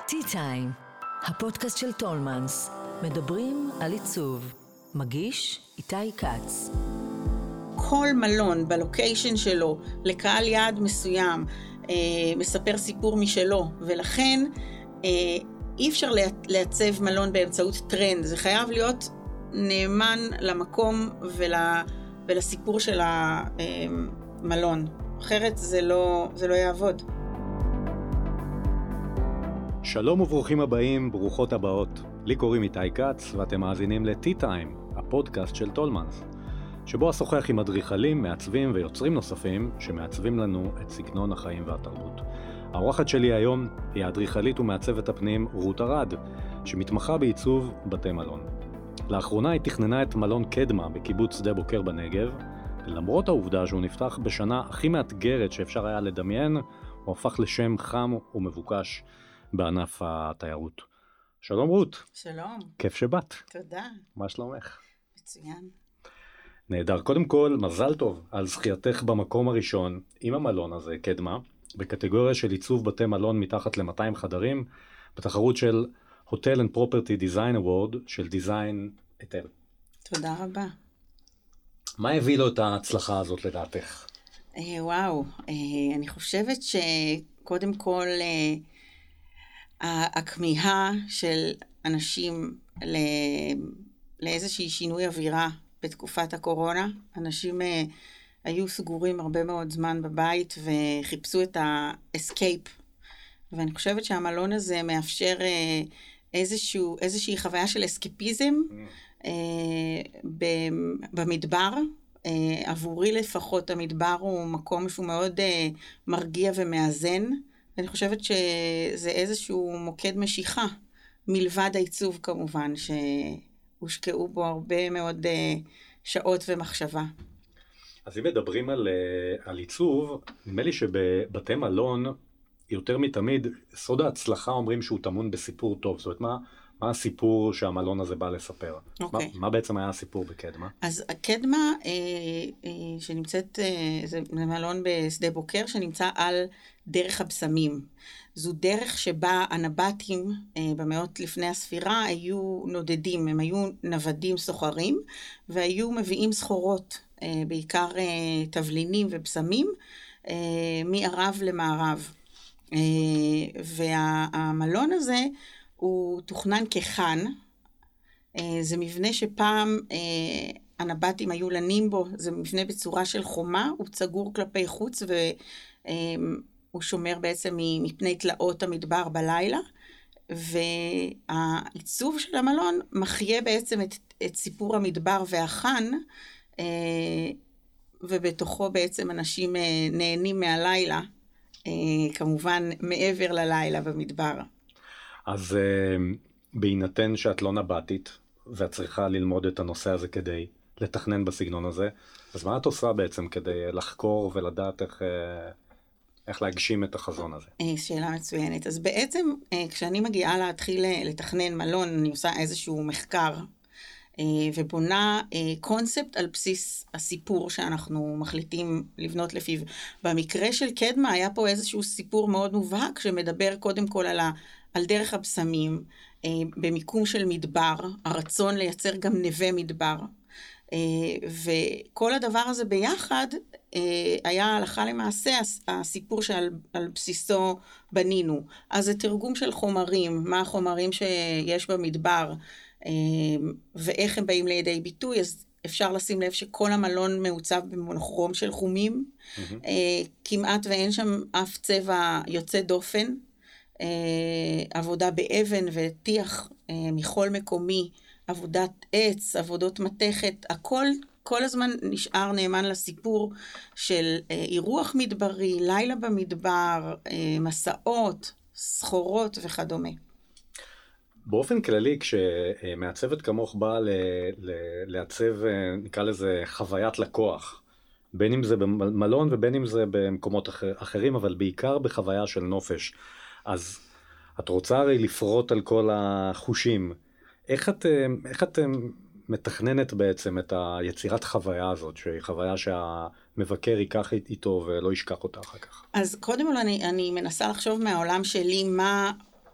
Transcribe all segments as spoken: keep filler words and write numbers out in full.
Tea Time, הפודקאסט של טולמנס. מדברים על עיצוב. מגיש איתי קץ. כל מלון בלוקיישן שלו, לקהל יעד מסוים, אה, מספר סיפור משלו, ולכן אה, אי אפשר לעצב מלון באמצעות טרנד. זה חייב להיות נאמן למקום ול, ולסיפור של המלון. אחרת זה לא, זה לא יעבוד. שלום וברוכים הבאים, ברוכות הבאות. לי קוראים איתי קץ ואתם מאזינים ל-Tea Time, הפודקאסט של טולמנס, שבו אשוחח עם אדריכלים, מעצבים ויוצרים נוספים שמעצבים לנו את סגנון החיים והתרבות. האורחת שלי היום היא האדריכלית ומעצבת הפנים רות ארד, שמתמחה בעיצוב בתי מלון. לאחרונה היא תכננה את מלון קדמה בקיבוץ שדה בוקר בנגב, ולמרות העובדה שהוא נפתח בשנה הכי מאתגרת שאפשר היה לדמיין, הוא הפך לשם חם ומבוקש בענף התיירות. שלום רות. שלום. כיף שבאת. תודה. מה שלומך? מצוין. נהדר. קודם כל, מזל טוב על זכייתך במקום הראשון עם המלון הזה, קדמה, בקטגוריה של עיצוב בתי מלון מתחת ל-מאתיים חדרים, בתחרות של Hotel and Property Design Award של Design Etel. תודה רבה. מה הביא לו את ההצלחה הזאת לדעתך? אה, וואו, אה, אני חושבת שקודם כל אה, הכמיהה של אנשים לא, לאיזושהי שינוי אווירה בתקופת הקורונה. אנשים אה, היו סגורים הרבה מאוד זמן בבית וחיפשו את האסקייפ. ואני חושבת שהמלון הזה מאפשר אה, איזשהו, איזושהי חוויה של אסקפיזם אה, במדבר. אה, עבורי לפחות המדבר הוא מקום שהוא מאוד אה, מרגיע ומאזן. ואני חושבת שזה איזשהו מוקד משיכה, מלבד העיצוב כמובן, שהושקעו בו הרבה מאוד שעות ומחשבה. אז אם מדברים על, על עיצוב, נדמה לי שבבתי מלון, יותר מתמיד, סוד ההצלחה אומרים שהוא טמון בסיפור טוב. זאת אומרת, מה, מה הסיפור שהמלון הזה בא לספר? Okay. מה, מה בעצם היה הסיפור בקדמה? אז הקדמה, אה, אה, שנמצאת, אה, זה מלון בשדה בוקר, שנמצא על דרך הבשמים. זו דרך שבה הנבטים, אה, במאות לפני הספירה, היו נודדים, הם היו נוודים סוחרים, והיו מביאים סחורות, אה, בעיקר אה, תבלינים ובשמים, אה, מערב למערב. אה, והמלון הזה, הוא תוכנן כחן. זה מבנה שפעם הנבטים היו לנים בו, זה מבנה בצורה של חומה, הוא צגור כלפי חוץ, והוא שומר בעצם מפני תלאות המדבר בלילה, והעיצוב של המלון מחיה בעצם את, את סיפור המדבר והחן, ובתוכו בעצם אנשים נהנים מהלילה, כמובן מעבר ללילה במדבר. אז uh, בהינתן שאת לא נבטית, ואת צריכה ללמוד את הנושא הזה כדי לתכנן בסגנון הזה, אז מה את עושה בעצם כדי לחקור ולדעת איך, איך להגשים את החזון הזה? שאלה מצוינת. אז בעצם כשאני מגיעה להתחיל לתכנן מלון, אני עושה איזשהו מחקר, ובונה קונספט על בסיס הסיפור שאנחנו מחליטים לבנות לפיו. במקרה של קדמה היה פה איזשהו סיפור מאוד מובהק, שמדבר קודם כל על, ה, על דרך הבשמים, במיקום של מדבר, הרצון לייצר גם נווה מדבר, וכל הדבר הזה ביחד היה הלכה למעשה הסיפור שעל על בסיסו בנינו. אז זה תרגום של חומרים, מה החומרים שיש במדבר, ואיך הם באים לידי ביטוי. אז אפשר לשים לב שכל המלון מעוצב במונוכרום של חומים, mm-hmm. כמעט ואין שם אף צבע יוצא דופן, עבודה באבן וטיח מחול מקומי, עבודת עץ, עבודות מתכת, הכל כל הזמן נשאר נאמן לסיפור של אירוח מדברי, לילה במדבר, מסעות, סחורות וכדומה. באופן כללי, כשמעצבת כמוך באה לעצב, נקרא לזה חוויית לקוח, בין אם זה במלון ובין אם זה במקומות אחרים, אבל בעיקר בחוויה של נופש, אז את רוצה הרי לפרוט על כל החושים. איך את, איך את מתכננת בעצם את היצירת חוויה הזאת, שהיא חוויה שהמבקר ייקח איתו ולא ישכח אותה אחר כך? אז קודם כל אני, אני מנסה לחשוב מהעולם שלי מה...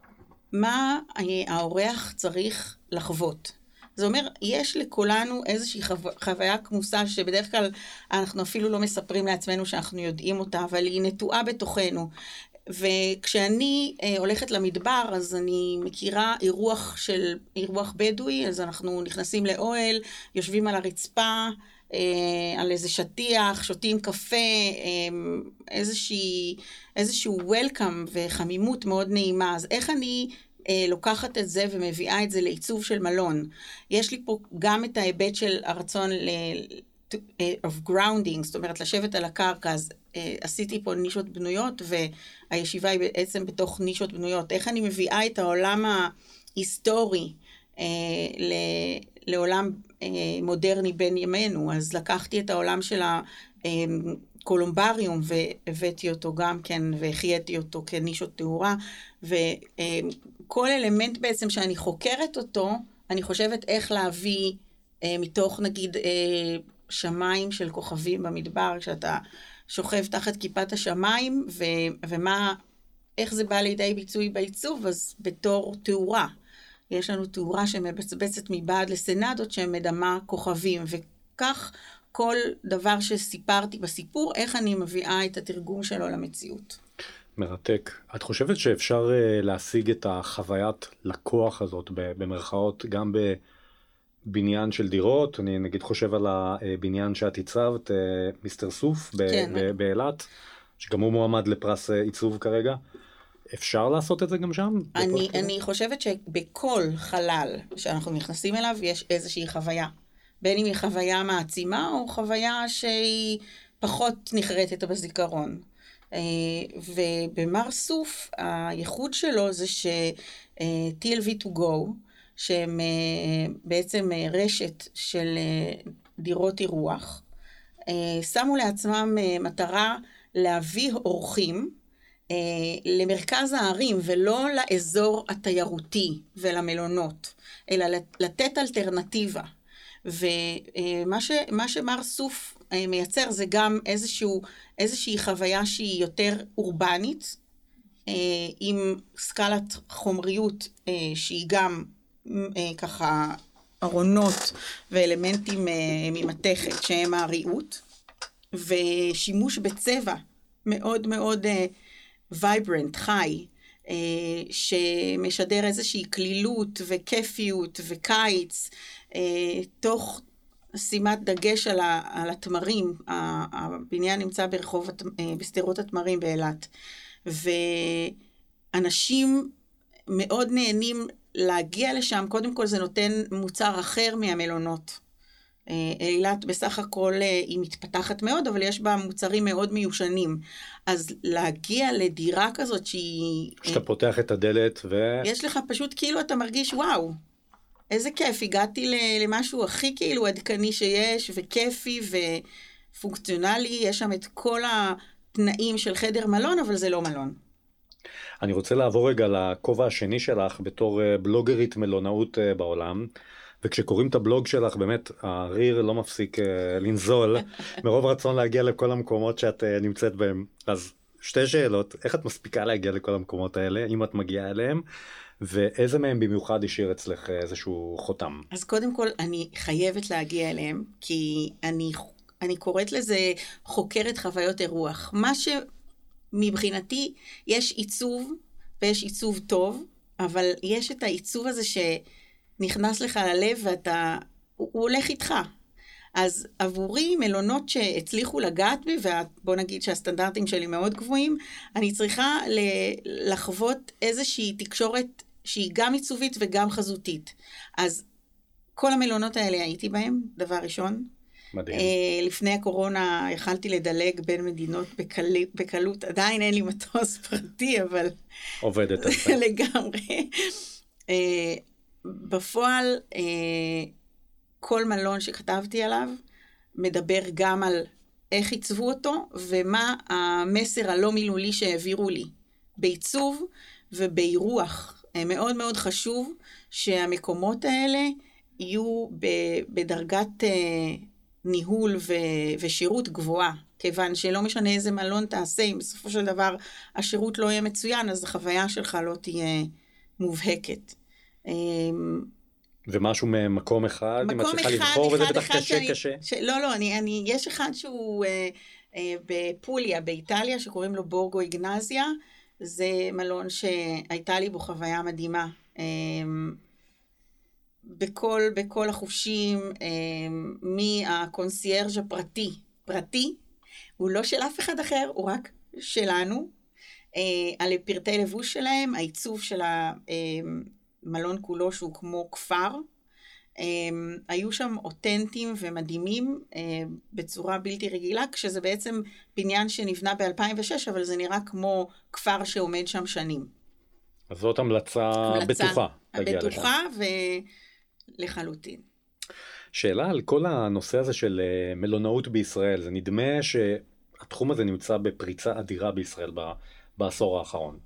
מה האורח צריך לחוות. זה אומר, יש לכולנו איזושהי חו... חוויה כמוסה שבדרך כלל אנחנו אפילו לא מספרים לעצמנו שאנחנו יודעים אותה, אבל היא נטועה בתוכנו. וכשאני אה, הולכת למדבר, אז אני מכירה אירוח של, אירוח בדואי, אז אנחנו נכנסים לאוהל, יושבים על הרצפה, אה, על איזה שטיח, שותים קפה, אה, איזושהי, איזשהו וולקאם וחמימות מאוד נעימה. אז איך אני אה, לוקחת את זה ומביאה את זה לעיצוב של מלון? יש לי פה גם את ההיבט של הרצון ל... of grounding, זאת אומרת, לשבת על הקרקע, אז אה, עשיתי פה נישות בנויות, והישיבה היא בעצם בתוך נישות בנויות. איך אני מביאה את העולם ההיסטורי אה, ל, לעולם אה, מודרני בין ימינו? אז לקחתי את העולם של הקולומבריום, והבאתי אותו גם כן, והחייתי אותו כנישות תאורה, וכל אלמנט בעצם שאני חוקרת אותו, אני חושבת איך להביא אה, מתוך נגיד אה, שמיים של כוכבים במדבר, כשאתה שוכב תחת כיפת השמיים, ו, ומה, איך זה בא לידי ביצוי בעיצוב, אז בתור תאורה. יש לנו תאורה שמבצבצת מבעד לסנדות שמדמה כוכבים, וכך כל דבר שסיפרתי בסיפור, איך אני מביאה את התרגום שלו למציאות. מרתק. את חושבת שאפשר uh, להשיג את החוויית לקוח הזאת, במרכאות, גם ב... בניין של דירות? אני נגיד חושב על הבניין שאת הצבת, מיסטר סוף כן. באילת, שגם הוא מועמד לפרס עיצוב כרגע. אפשר לעשות את זה גם שם? אני, אני חושבת שבכל חלל שאנחנו נכנסים אליו יש איזושהי חוויה. בין אם היא חוויה מעצימה או חוויה שהיא פחות נחרטת בזיכרון. ובמר סוף הייחוד שלו זה ש-טי אל וי טו גו, שהם בעצם רשת של דירות אירוח, שמו לעצמם מטרה להביא אורחים למרכז הערים, ולא לאזור התיירותי ולמלונות, אלא לתת אלטרנטיבה. ומה ש, מה שמר סוף מייצר זה גם איזשהו, איזושהי חוויה שהיא יותר אורבנית, עם סקלת חומריות שהיא גם ככה ארונות ואלמנטים ממתכת שהם הריהוט, ושימוש בצבע מאוד מאוד וייברנט, חי, שמשדר איזושהי כלילות וכיפיות וקיץ, תוך שימת דגש על, ה, על התמרים. הבניין נמצא ברחוב, בסתירות התמרים באילת, ואנשים מאוד נהנים להגיע לשם. קודם כל זה נותן מוצר אחר מהמלונות. אילת בסך הכל היא מתפתחת מאוד, אבל יש בה מוצרים מאוד מיושנים. אז להגיע לדירה כזאת שהיא... כשאתה פותח את הדלת ו... יש לך פשוט כאילו אתה מרגיש וואו, איזה כיף, הגעתי למשהו הכי כאילו עדכני שיש, וכיפי ופונקציונלי. יש שם את כל התנאים של חדר מלון, אבל זה לא מלון. אני רוצה לעבור רגע לכובע השני שלך בתור בלוגרית מלונאות בעולם, וכשקוראים את הבלוג שלך באמת הריר לא מפסיק לנזול, מרוב רצון להגיע לכל המקומות שאת נמצאת בהם. אז שתי שאלות, איך את מספיקה להגיע לכל המקומות האלה, אם את מגיעה אליהם, ואיזה מהם במיוחד השאיר אצלך איזשהו חותם? אז קודם כל אני חייבת להגיע אליהם, כי אני, אני קוראת לזה חוקרת חוויות אירוח. מה ש... מבחינתי יש עיצוב, ויש עיצוב טוב, אבל יש את העיצוב הזה שנכנס לך ללב, ואתה, הוא, הוא הולך איתך. אז עבורי מלונות שהצליחו לגעת בי, ובוא נגיד שהסטנדרטים שלי מאוד גבוהים, אני צריכה לחוות איזושהי תקשורת שהיא גם עיצובית וגם חזותית. אז כל המלונות האלה הייתי בהם, דבר ראשון. מדהים. לפני הקורונה יכלתי לדלג בין מדינות בקלות, בקלות. עדיין אין לי מטוס פרטי, אבל... עובדת על זה. לגמרי. בפועל, כל מלון שכתבתי עליו, מדבר גם על איך עיצבו אותו, ומה המסר הלא מילולי שהעבירו לי. בעיצוב ובאירוח. מאוד מאוד חשוב שהמקומות האלה יהיו בדרגת ניהול ושירות גבוהה, כיוון שלא משנה איזה מלון תעשה, אם בסופו של דבר השירות לא יהיה מצוין, אז החוויה שלך לא תהיה מובהקת. זה משהו ממקום אחד, אם את צריכה לבחור, וזה בטח קשה קשה. לא, לא, יש אחד שהוא בפוליה, באיטליה, שקוראים לו בורגו איגנזיה, זה מלון שהייתה לי בו חוויה מדהימה. בכל, בכל החושים, מהקונסיירג' הפרטי, פרטי, הוא לא של אף אחד אחר, הוא רק שלנו, על פרטי לבוש שלהם, העיצוב של המלון כולו שהוא כמו כפר, היו שם אותנטיים ומדהימים בצורה בלתי רגילה, כשזה בעצם בניין שנבנה ב-אלפיים ושש, אבל זה נראה כמו כפר שעומד שם שנים. אז זאת המלצה, המלצה בטוחה. בטוחה ולחלוטין. שאלה על כל הנושא הזה של מלונאות בישראל, זה נדמה שהתחום הזה נמצא בפריצה אדירה בישראל בעשור האחרון.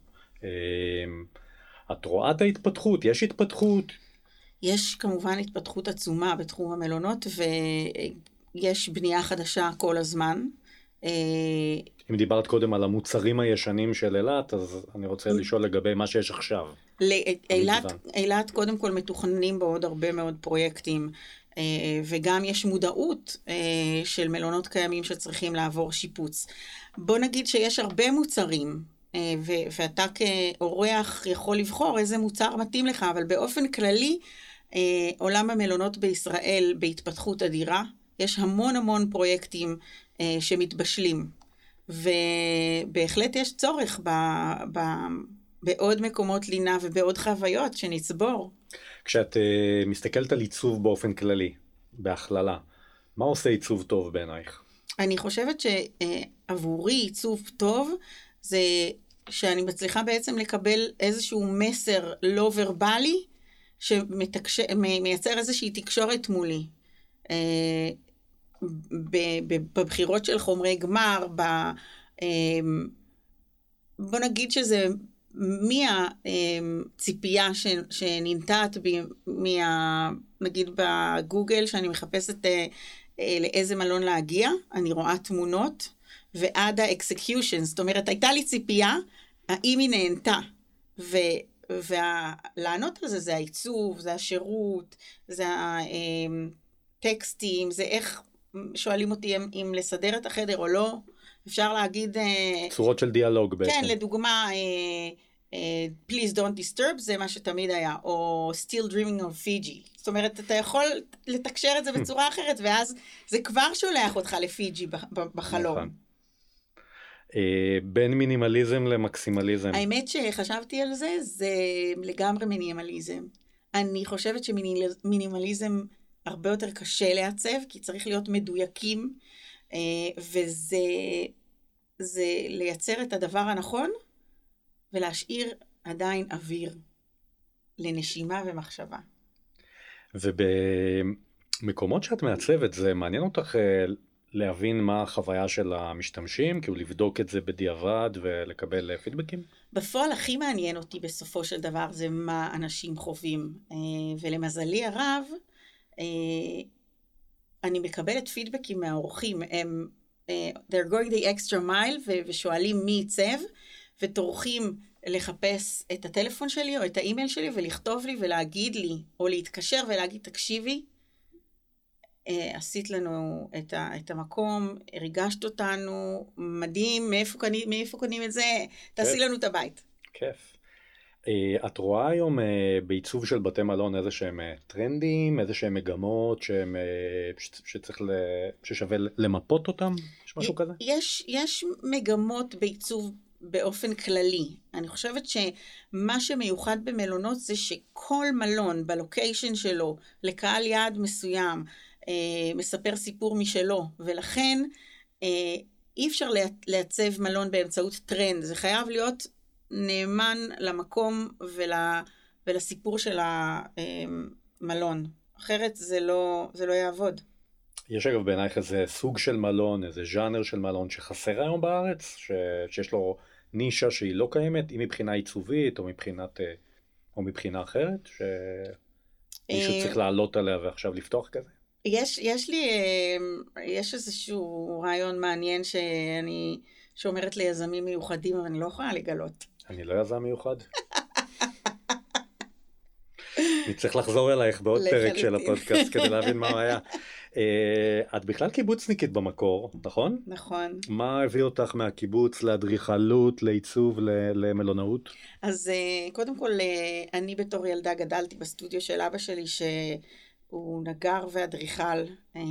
את רואה את ההתפתחות? יש התפתחות? יש כמובן התפתחות עצומה בתחום המלונות, ויש בנייה חדשה כל הזמן. אם דיברת קודם על המוצרים הישנים של אילת, אז אני רוצה לשאול לגבי מה שיש עכשיו. אילת קודם כל מתוכננים בעוד הרבה מאוד פרויקטים, וגם יש מודעות של מלונות קיימים שצריכים לעבור שיפוץ. בוא נגיד שיש הרבה מוצרים, ואתה כאורח יכול לבחור איזה מוצר מתאים לך, אבל באופן כללי, עולם המלונות בישראל בהתפתחות אדירה, יש המון המון פרויקטים שמתבשלים, ובהחלט יש צורך ב, ב, בעוד מקומות לינה ובעוד חוויות שנצבור. כשאת uh, מסתכלת על עיצוב באופן כללי, בהכללה, מה עושה עיצוב טוב בעינייך? אני חושבת שעבורי עיצוב טוב, זה שאני מצליחה בעצם לקבל איזשהו מסר לא ורבלי, שמייצר איזושהי תקשורת מולי. בבחירות של חומרי גמר, בוא נגיד שזה מהציפייה שננתת נגיד בגוגל, שאני מחפשת לאיזה מלון להגיע, אני רואה תמונות, ועד האקסקיושן, זאת אומרת, הייתה לי ציפייה, האם היא נהנתה, ו... ולענות על זה, זה העיצוב, זה השירות, זה הטקסטים, זה איך שואלים אותי אם, אם לסדר את החדר או לא, אפשר להגיד... צורות של דיאלוג בעצם. כן, לדוגמה, please don't disturb, זה מה שתמיד היה, או still dreaming of Fiji. זאת אומרת, אתה יכול לתקשר את זה בצורה אחרת, ואז זה כבר שולח אותך לפיג'י בחלום. נכון. בין מינימליזם למקסימליזם. האמת שחשבתי על זה, זה לגמרי מינימליזם. אני חושבת שמינימליזם הרבה יותר קשה לעצב, כי צריך להיות מדויקים, וזה זה לייצר את הדבר הנכון, ולהשאיר עדיין אוויר לנשימה ומחשבה. ובמקומות שאת מעצבת, זה מעניין אותך להבין מה החוויה של המשתמשים, כאילו לבדוק את זה בדיעבד ולקבל פידבקים? בפועל הכי מעניין אותי בסופו של דבר זה מה אנשים חווים, ולמזלי הרב, אני מקבלת פידבקים מהאורחים, הם they're going the extra mile ושואלים מי ייצב, וטורחים לחפש את הטלפון שלי או את האימייל שלי ולכתוב לי ולהגיד לי, או להתקשר ולהגיד תקשיבי, עשית לנו את, ה, את המקום, הרגשת אותנו, מדהים, מאיפה קונים, מאיפה קונים את זה, תעשי לנו את הבית. כיף. את רואה היום בעיצוב של בתי מלון איזה שהם טרנדים, איזה שהם מגמות שהם, שצריך, ששווה למפות אותם? יש משהו כזה? יש, יש מגמות בעיצוב באופן כללי. אני חושבת שמה שמיוחד במלונות זה שכל מלון בלוקיישן שלו, לקהל יעד מסוים, מספר סיפור משלו, ולכן אי אפשר לעצב מלון באמצעות טרנד, זה חייב להיות נאמן למקום ול, ולסיפור של המלון, אחרת זה לא, זה לא יעבוד. יש אגב בעינייך איזה סוג של מלון, איזה ז'אנר של מלון שחסר היום בארץ, ש, שיש לו נישה שהיא לא קיימת, אם מבחינה עיצובית או מבחינת, או מבחינה אחרת, שמישהו צריך לעלות עליה ועכשיו לפתוח כזה? יש, יש לי, יש איזשהו רעיון מעניין שאני שאומרת ליזמים מיוחדים, אבל אני לא יכולה לגלות. אני לא יזם מיוחד. נצטרך לחזור אלייך בעוד פרק של הפודקאסט כדי להבין מה היה. את בכלל קיבוצניקית במקור, נכון? נכון. מה הביא אותך מהקיבוץ לאדריכלות, לעיצוב, למלונאות? אז קודם כל, אני בתור ילדה גדלתי בסטודיו של אבא שלי, שהוא נגר ואדריכל,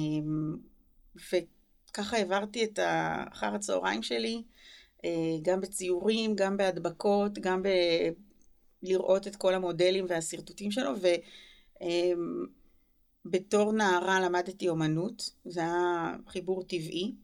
וככה העברתי את אחר הצהריים שלי, גם בציורים, גם בהדבקות, גם ב... לראות את כל המודלים והסרטוטים שלו, ובתור נערה למדתי אומנות, זה היה חיבור טבעי,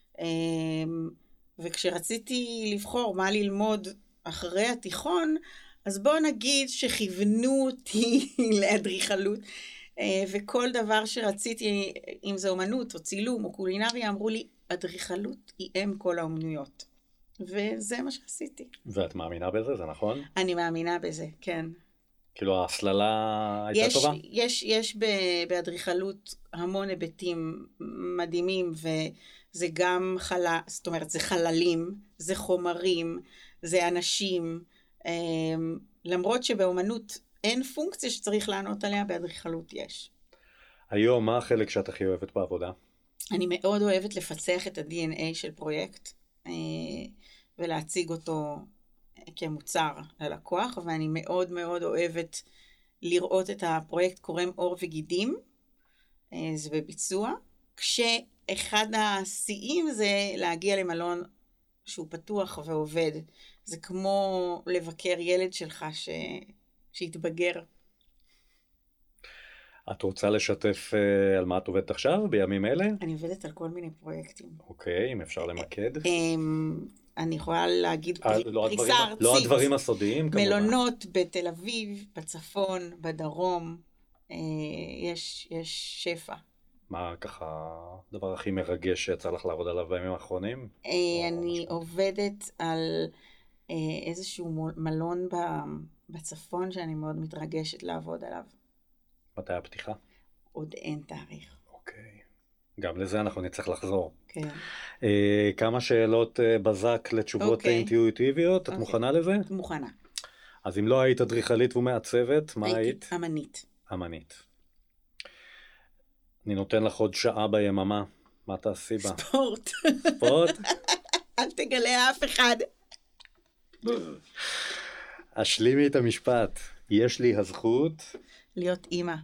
וכשרציתי לבחור מה ללמוד אחרי התיכון, אז בוא נגיד שכיוונו אותי לאדריכלות, וכל דבר שרציתי, אם זה אומנות או צילום או קולינריה, אמרו לי, אדריכלות היא אם כל האומנויות. וזה מה שעשיתי. ואת מאמינה בזה, זה נכון? אני מאמינה בזה, כן. כאילו ההסללה הייתה יש, טובה? יש, יש באדריכלות המון היבטים מדהימים, וזה גם חלל, זאת אומרת, זה חללים, זה חומרים, זה אנשים, למרות שבאומנות אין פונקציה שצריך לענות עליה, באדריכלות יש. היום, מה החלק שאת הכי אוהבת בעבודה? אני מאוד אוהבת לפצח את ה-די אן איי של פרויקט, ולהציג אותו כמוצר ללקוח, ואני מאוד מאוד אוהבת לראות את הפרויקט קורם עור וגידים, זה בביצוע, כשאחד השיאים זה להגיע למלון שהוא פתוח ועובד, זה כמו לבקר ילד שלך ש... שהתבגר. את רוצה לשתף uh, על מה את עובדת עכשיו, בימים אלה? אני עובדת על כל מיני פרויקטים. אוקיי, אם אפשר למקד. אני יכולה להגיד פריסה ארצית. לא הדברים הסודיים, כמובן. מלונות בתל אביב, בצפון, בדרום, יש, יש שפע. מה ככה הדבר הכי מרגש שיצא לך לעבוד עליו בימים האחרונים? אני עובדת על איזשהו מלון בצפון שאני מאוד מתרגשת לעבוד עליו. מתי הפתיחה? עוד אין תאריך. אוקיי. גם לזה אנחנו נצטרך לחזור. כן. אה, כמה שאלות אה, בזק לתשובות אוקיי. אינטואיטיביות. את אוקיי. מוכנה לזה? מוכנה. אז אם לא היית אדריכלית ומעצבת, מה היית? היית אמנית. אמנית. אני נותן לך עוד שעה ביממה. מה תעשי בה? ספורט. ספורט? אל תגלה אף אחד. השלימי את המשפט. יש לי הזכות... להיות אימא.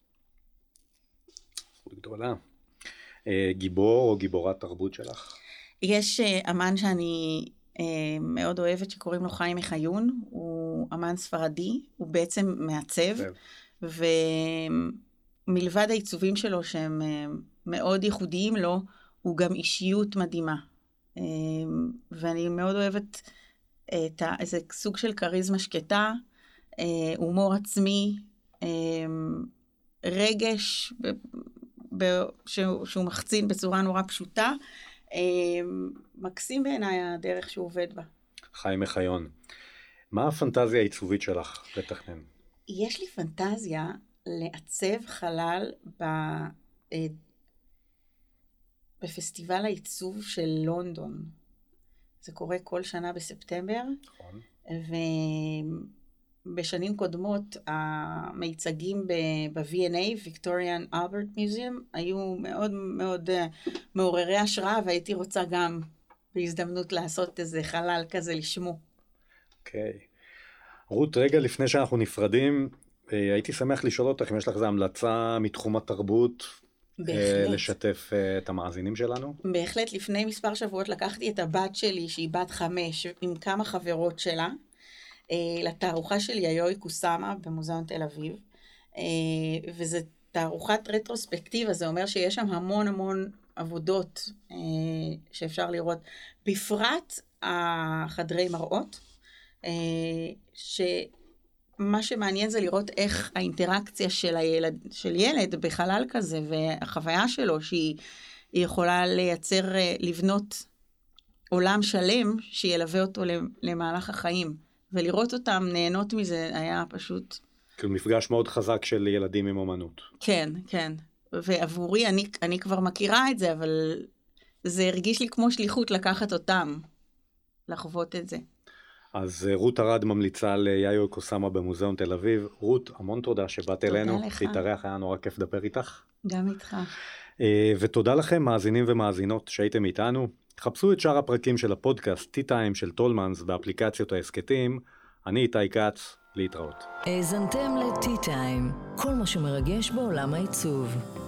זכות גדולה. גיבור או גיבורת תרבות שלך? יש אמן שאני מאוד אוהבת שקוראים לו חיים מחיון, הוא אמן ספרדי, הוא בעצם מעצב, ומלבד העיצובים שלו שהם מאוד ייחודיים לו, הוא גם אישיות מדהימה. ואני מאוד אוהבת את איזה סוג של קריזמה שקטה, הומור עצמי, רגש שהוא מחצין בצורה נורא פשוטה, מקסים בעיניי הדרך שהוא עובד בה. חיים מחיון, מה הפנטזיה העיצובית שלך לתכנן? יש לי פנטזיה לעצב חלל ב... בפסטיבל העיצוב של לונדון. זה קורה כל שנה בספטמבר. נכון. ובשנים קודמות המיצגים ב-וי אן איי, Victorian Albert Museum, היו מאוד מאוד מעוררי השראה, והייתי רוצה גם בהזדמנות לעשות איזה חלל כזה לשמו. אוקיי. Okay. רות, רגע לפני שאנחנו נפרדים, הייתי שמח לשאול אותך אם יש לך איזו המלצה מתחום התרבות, בהחלט. לשתף את המאזינים שלנו? בהחלט, לפני מספר שבועות לקחתי את הבת שלי, שהיא בת חמש, עם כמה חברות שלה, לתערוכה של יאיוי קוסאמה במוזיאון תל אביב, וזה תערוכת רטרוספקטיבה, זה אומר שיש שם המון המון עבודות שאפשר לראות, בפרט החדרי מראות, שמה שמעניין זה לראות איך האינטראקציה של הילד, של ילד בחלל כזה, והחוויה שלו שהיא יכולה לייצר, לבנות עולם שלם שילווה אותו למהלך החיים, ולראות אותם נהנות מזה היה פשוט... כאילו מפגש מאוד חזק של ילדים עם אומנות. כן, כן. ועבורי, אני, אני כבר מכירה את זה, אבל זה הרגיש לי כמו שליחות לקחת אותם, לחוות את זה. אז רות ארד ממליצה על יאיו קוסאמה במוזיאון תל אביב. רות, המון תודה שבאת אלינו. תודה לך. להתארח, היה נורא כיף לדבר איתך. גם איתך. ותודה לכם, מאזינים ומאזינות, שהייתם איתנו. חפשו את שאר הפרקים של הפודקאסט Tea Time של טולמנס באפליקציות ההסקטים. אני איתי כץ, להתראות. האזנתם ל-Tea Time, כל מה שמרגש בעולם העיצוב.